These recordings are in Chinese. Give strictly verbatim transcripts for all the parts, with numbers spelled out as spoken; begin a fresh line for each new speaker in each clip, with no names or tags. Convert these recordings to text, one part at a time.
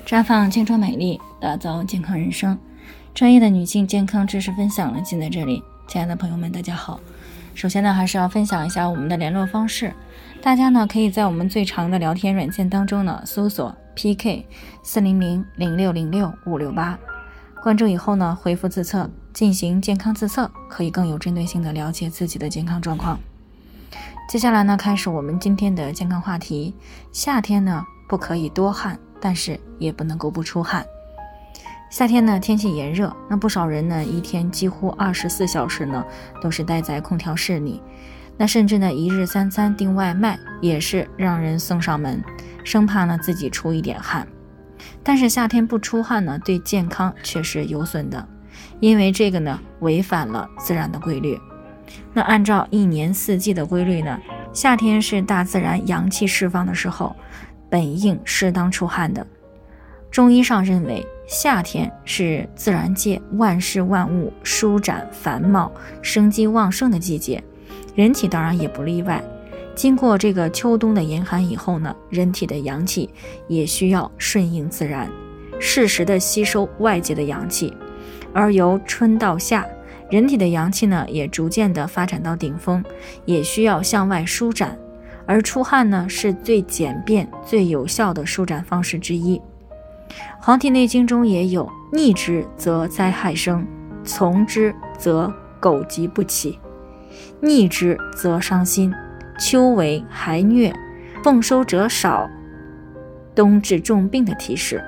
绽放青春美丽，打造健康人生。专业的女性健康知识分享呢，尽在这里。亲爱的朋友们，大家好。首先呢，还是要分享一下我们的联络方式。大家呢，可以在我们最长的聊天软件当中呢，搜索 P K 四零零零六零六五六八，关注以后呢，回复自测进行健康自测，可以更有针对性的了解自己的健康状况。接下来呢，开始我们今天的健康话题。夏天呢，不可以多汗，但是也不能够不出汗。夏天呢，天气炎热，那不少人呢，一天几乎二十四小时呢，都是待在空调室里。那甚至呢，一日三餐订外卖也是让人送上门，生怕呢自己出一点汗。但是夏天不出汗呢，对健康却是有损的，因为这个呢，违反了自然的规律。那按照一年四季的规律呢，夏天是大自然阳气释放的时候，本应适当出汗的。中医上认为，夏天是自然界万事万物舒展繁茂、生机旺盛的季节，人体当然也不例外。经过这个秋冬的严寒以后呢，人体的阳气也需要顺应自然，适时的吸收外界的阳气。而由春到夏，人体的阳气呢也逐渐的发展到顶峰，也需要向外舒展，而出汗呢是最简便最有效的舒展方式之一。黄帝内经中也有，逆之则灾害生，从之则苟疾不起，逆之则伤心，秋为寒疟，奉收者少，冬治重病的提示。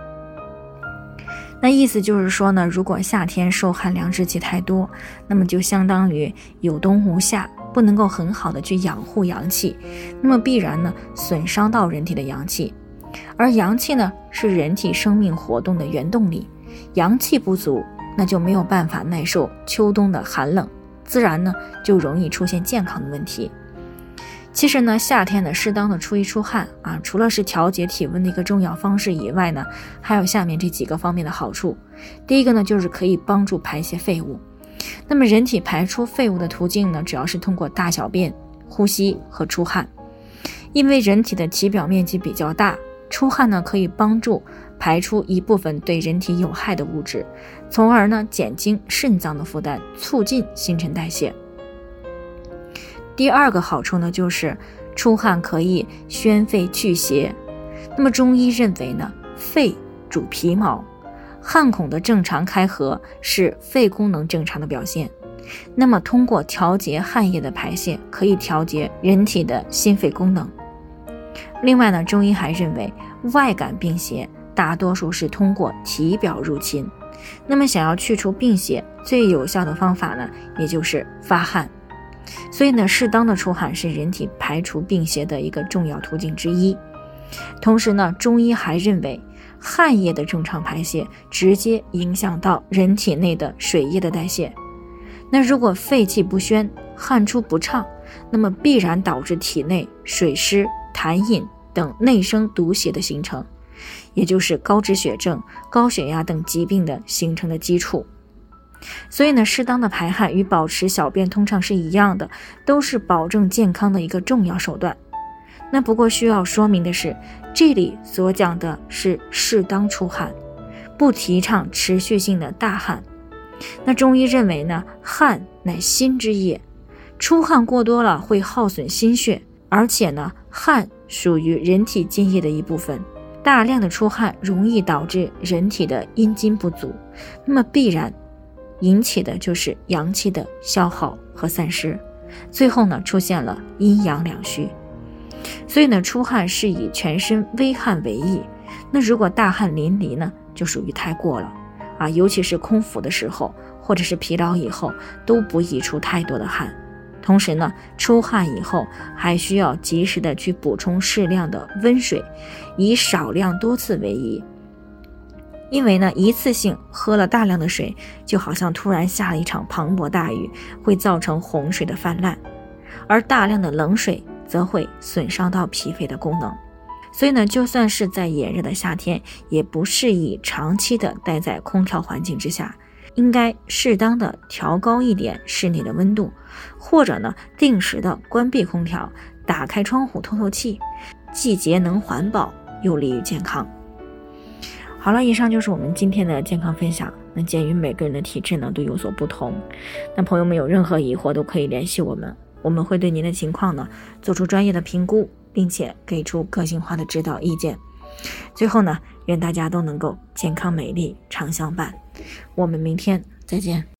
那意思就是说呢，如果夏天受寒凉之气太多，那么就相当于有冬无夏，不能够很好的去养护阳气，那么必然呢损伤到人体的阳气。而阳气呢是人体生命活动的原动力，阳气不足，那就没有办法耐受秋冬的寒冷，自然呢就容易出现健康的问题。其实呢，夏天呢适当的出一出汗啊，除了是调节体温的一个重要方式以外呢，还有下面这几个方面的好处。第一个呢，就是可以帮助排泄废物。那么人体排出废物的途径呢，主要是通过大小便、呼吸和出汗。因为人体的体表面积比较大，出汗呢可以帮助排出一部分对人体有害的物质，从而呢减轻肾脏的负担，促进新陈代谢。第二个好处呢，就是出汗可以宣肺祛邪。那么中医认为呢，肺主皮毛，汗孔的正常开合是肺功能正常的表现。那么通过调节汗液的排泄，可以调节人体的心肺功能。另外呢，中医还认为外感病邪大多数是通过体表入侵，那么想要去除病邪，最有效的方法呢，也就是发汗。所以呢，适当的出汗是人体排除病邪的一个重要途径之一。同时呢，中医还认为汗液的正常排泄直接影响到人体内的水液的代谢。那如果肺气不宣，汗出不畅，那么必然导致体内水湿、痰饮等内生毒邪的形成，也就是高脂血症、高血压等疾病的形成的基础。所以呢，适当的排汗与保持小便通畅是一样的，都是保证健康的一个重要手段。那不过需要说明的是，这里所讲的是适当出汗，不提倡持续性的大汗。那中医认为呢，汗乃心之液，出汗过多了会耗损心血，而且呢，汗属于人体津液的一部分，大量的出汗容易导致人体的阴津不足，那么必然引起的就是阳气的消耗和散失，最后呢出现了阴阳两虚。所以呢，出汗是以全身微汗为宜，那如果大汗淋漓呢，就属于太过了啊，尤其是空腹的时候，或者是疲劳以后，都不宜出太多的汗。同时呢，出汗以后还需要及时的去补充适量的温水，以少量多次为宜。因为呢，一次性喝了大量的水，就好像突然下了一场磅礴大雨，会造成洪水的泛滥，而大量的冷水则会损伤到脾肺的功能。所以呢，就算是在炎热的夏天，也不适宜长期的待在空调环境之下，应该适当的调高一点室内的温度，或者呢，定时的关闭空调，打开窗户透透气，既节能环保，又利于健康。 好了，以上就是我们今天的健康分享。那鉴于每个人的体质呢都有所不同，那朋友们有任何疑惑都可以联系我们，我们会对您的情况呢做出专业的评估，并且给出个性化的指导意见。最后呢，愿大家都能够健康美丽常相伴。我们明天再见。